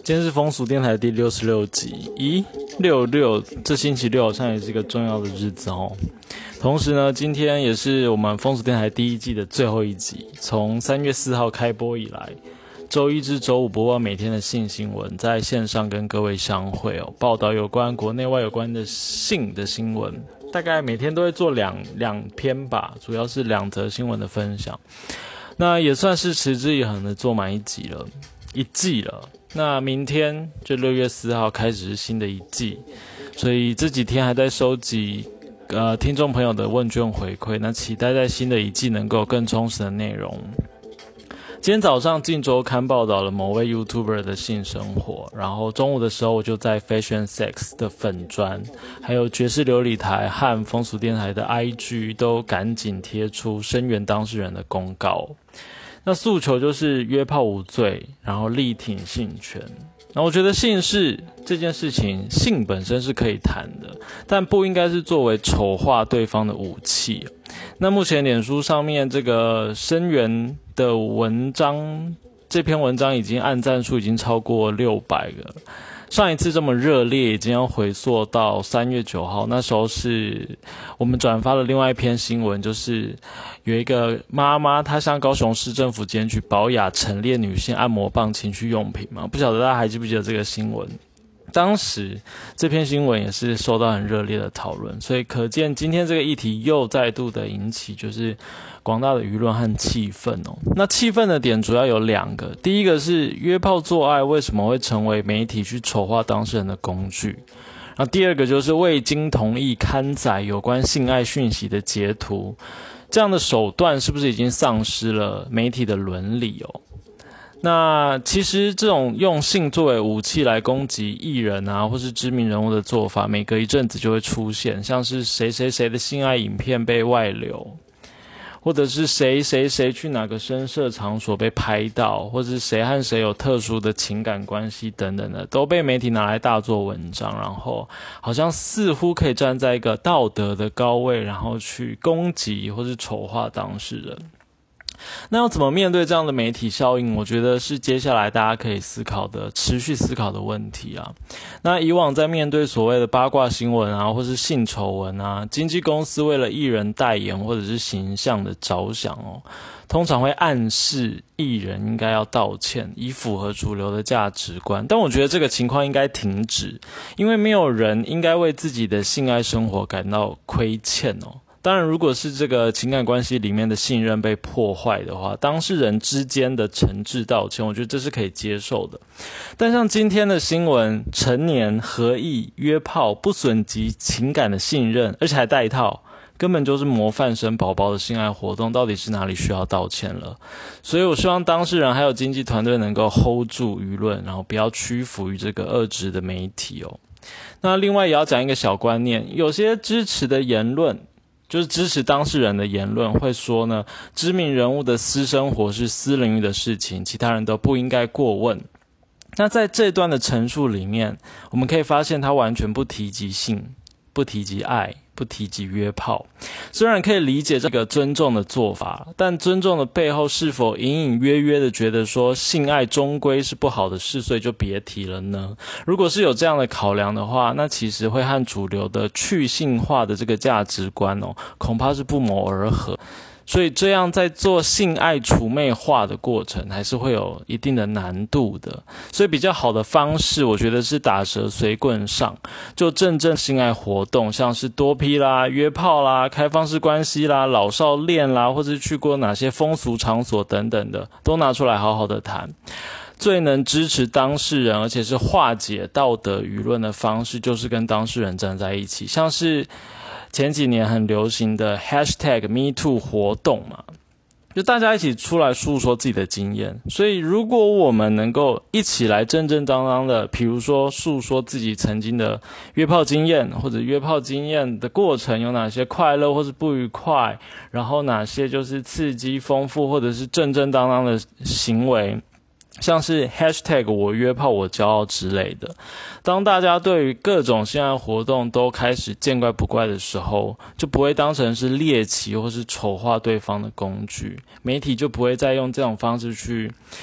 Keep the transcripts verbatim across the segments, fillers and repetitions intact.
今天是风俗电台第六十六集，咦，六六，这星期六好像也是一个重要的日子哦。同时呢，今天也是我们风俗电台第一季的最后一集。从三月四号开播以来，周一至周五播报每天的性新闻，在线上跟各位相会哦，报道有关国内外有关的性的新闻，大概每天都会做两两篇吧，主要是两则新闻的分享。那也算是持之以恒的做满一集了，一季了。那明天就六月四号开始是新的一季，所以这几天还在收集呃听众朋友的问卷回馈，那期待在新的一季能够有更充实的内容。今天早上《镜周刊》报道了某位 YouTuber 的性生活，然后中午的时候我就在 Fashion Sex 的粉专，还有爵士琉璃台和风俗电台的 I G 都赶紧贴出声援当事人的公告。那诉求就是约炮无罪，然后力挺性权。那我觉得性事这件事情，性本身是可以谈的，但不应该是作为丑化对方的武器。那目前脸书上面这个声援的文章，这篇文章已经按赞数已经超过六百个。上一次这么热烈已经要回溯到三月九号，那时候是我们转发了另外一篇新闻，就是有一个妈妈她向高雄市政府检举宝雅陈列女性按摩棒情趣用品嘛，不晓得大家还记不记得这个新闻。当时这篇新闻也是受到很热烈的讨论，所以可见今天这个议题又再度的引起就是广大的舆论和气氛哦。那气氛的点主要有两个，第一个是约炮做爱为什么会成为媒体去丑化当事人的工具，然后第二个就是未经同意刊载有关性爱讯息的截图，这样的手段是不是已经丧失了媒体的伦理哦？那其实这种用性作为武器来攻击艺人啊，或是知名人物的做法，每隔一阵子就会出现，像是谁谁谁的性爱影片被外流，或者是谁谁谁去哪个声色场所被拍到，或者是谁和谁有特殊的情感关系等等的，都被媒体拿来大做文章，然后好像似乎可以站在一个道德的高位，然后去攻击或是丑化当事人。那要怎么面对这样的媒体效应，我觉得是接下来大家可以思考的持续思考的问题啊。那以往在面对所谓的八卦新闻啊，或是性丑闻啊，经纪公司为了艺人代言或者是形象的着想哦，通常会暗示艺人应该要道歉，以符合主流的价值观。但我觉得这个情况应该停止，因为没有人应该为自己的性爱生活感到亏欠哦。当然，如果是这个情感关系里面的信任被破坏的话，当事人之间的诚挚道歉，我觉得这是可以接受的。但像今天的新闻，成年合意约炮，不损及情感的信任，而且还带套，根本就是模范生宝宝的性爱活动，到底是哪里需要道歉了？所以我希望当事人还有经纪团队能够 hold 住舆论，然后不要屈服于这个恶质的媒体哦。那另外也要讲一个小观念，有些支持的言论，就是支持当事人的言论会说呢，知名人物的私生活是私领域的事情，其他人都不应该过问。那在这段的陈述里面，我们可以发现他完全不提及性，不提及爱，不提及约炮。虽然可以理解这个尊重的做法，但尊重的背后是否隐隐约约的觉得说性爱终归是不好的事，所以就别提了呢？如果是有这样的考量的话，那其实会和主流的去性化的这个价值观哦，恐怕是不谋而合。所以这样在做性爱除魅化的过程还是会有一定的难度的，所以比较好的方式我觉得是打蛇随棍上，就真正性爱活动，像是多批啦、约炮啦、开放式关系啦、老少恋啦，或是去过哪些风俗场所等等的，都拿出来好好的谈。最能支持当事人而且是化解道德舆论的方式，就是跟当事人站在一起，像是前几年很流行的 hashtag me too 活动嘛，就大家一起出来诉说自己的经验。所以如果我们能够一起来正正当当的，比如说诉说自己曾经的约炮经验，或者约炮经验的过程有哪些快乐或是不愉快，然后哪些就是刺激丰富或者是正正当当的行为，像是 hashtag 我约炮我骄傲之类的，当大家对于各种性爱活动都开始见怪不怪的时候，就不会当成是猎奇或是丑化对方的工具，媒体就不会再用这种方式去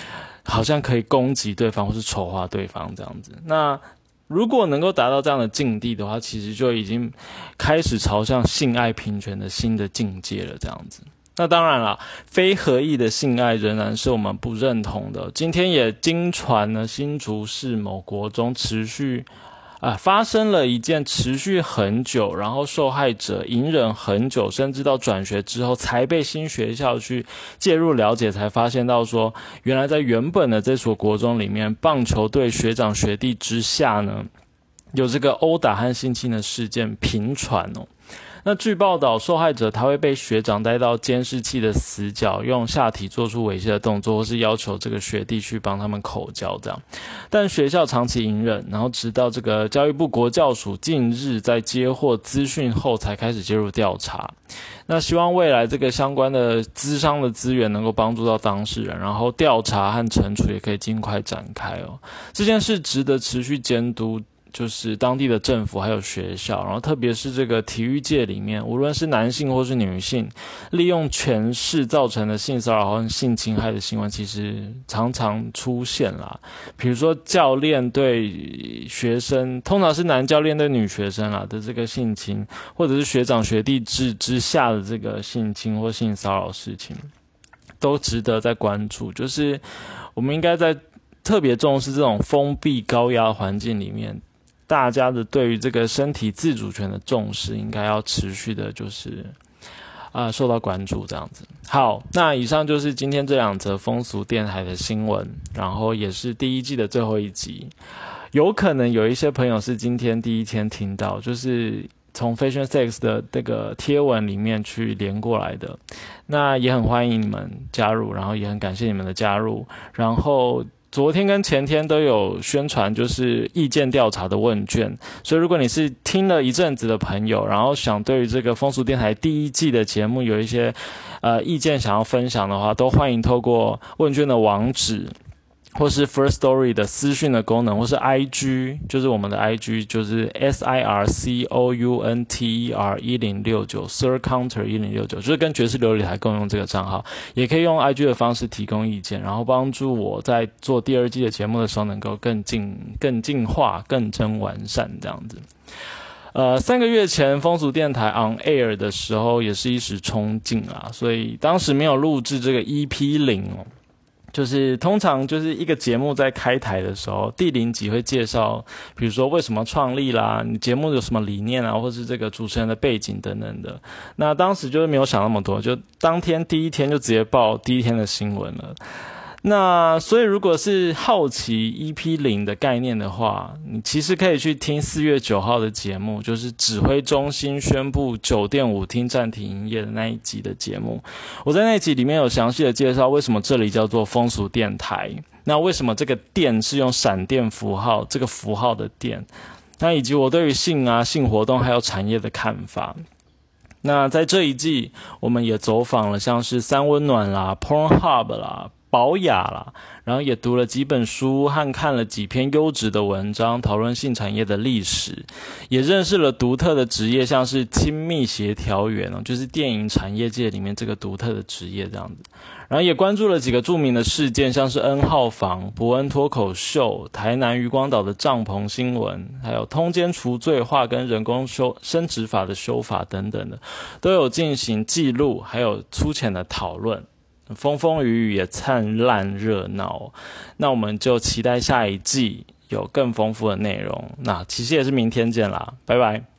好像可以攻击对方或是丑化对方这样子。那如果能够达到这样的境地的话，其实就已经开始朝向性爱平权的新的境界了这样子。那当然啦，非合意的性爱仍然是我们不认同的。今天也经传呢，新竹市某国中持续啊、呃、发生了一件持续很久，然后受害者隐忍很久，甚至到转学之后才被新学校去介入了解，才发现到说，原来在原本的这所国中里面，棒球队学长学弟之下呢，有这个殴打和性侵的事件频传哦。那据报道，受害者他会被学长带到监视器的死角，用下体做出猥亵的动作，或是要求这个学弟去帮他们口交这样。但学校长期隐忍，然后直到这个教育部国教署近日在接获资讯后才开始介入调查。那希望未来这个相关的咨商的资源能够帮助到当事人，然后调查和惩处也可以尽快展开哦。这件事值得持续监督，就是当地的政府还有学校，然后特别是这个体育界里面，无论是男性或是女性，利用权势造成的性骚扰和性侵害的新闻其实常常出现啦。比如说教练对学生，通常是男教练对女学生啦的这个性侵，或者是学长学弟制之下的这个性侵或性骚扰事情，都值得再关注。就是我们应该在特别重视这种封闭高压环境里面，大家的对于这个身体自主权的重视应该要持续的就是啊、呃、受到关注这样子。好，那以上就是今天这两则风俗电台的新闻，然后也是第一季的最后一集。有可能有一些朋友是今天第一天听到，就是从 Fashion Sex 的这个贴文里面去连过来的，那也很欢迎你们加入，然后也很感谢你们的加入，然后昨天跟前天都有宣传，就是意见调查的问卷，所以如果你是听了一阵子的朋友，然后想对于这个风俗电台第一季的节目有一些呃意见想要分享的话，都欢迎透过问卷的网址，或是 First Story 的私讯的功能，或是 I G， 就是我们的 I G， 就是 S I R C O U N T E R 一零六九 Sir Counter 一零六九，就是跟爵士琉璃台共用这个账号，也可以用 I G 的方式提供意见，然后帮助我在做第二季的节目的时候能够更进更进化、更臻完善这样子。呃，三个月前风俗电台 on air 的时候也是一时冲劲啦，所以当时没有录制这个 E P 零哦。就是通常就是一个节目在开台的时候，第零集会介绍，比如说为什么创立啦，你节目有什么理念啊，或是这个主持人的背景等等的。那当时就是没有想那么多，就当天第一天就直接报第一天的新闻了。那所以如果是好奇 E P 零 的概念的话，你其实可以去听四月九号的节目，就是指挥中心宣布酒店舞厅暂停营业的那一集的节目。我在那一集里面有详细的介绍为什么这里叫做风俗电台，那为什么这个电是用闪电符号，这个符号的电，那以及我对于性啊、性活动还有产业的看法。那在这一季我们也走访了像是三温暖啦、Pornhub 啦、宝雅啦，然后也读了几本书和看了几篇优质的文章，讨论性产业的历史，也认识了独特的职业，像是亲密协调员哦，就是电影产业界里面这个独特的职业这样子。然后也关注了几个著名的事件，像是 N 号房、伯恩脱口秀、台南渔光岛的帐篷新闻，还有通奸除罪化跟人工修生殖法的修法等等的，都有进行记录，还有粗浅的讨论。风风雨雨也灿烂热闹，那我们就期待下一季有更丰富的内容。那其实也是明天见啦，拜拜。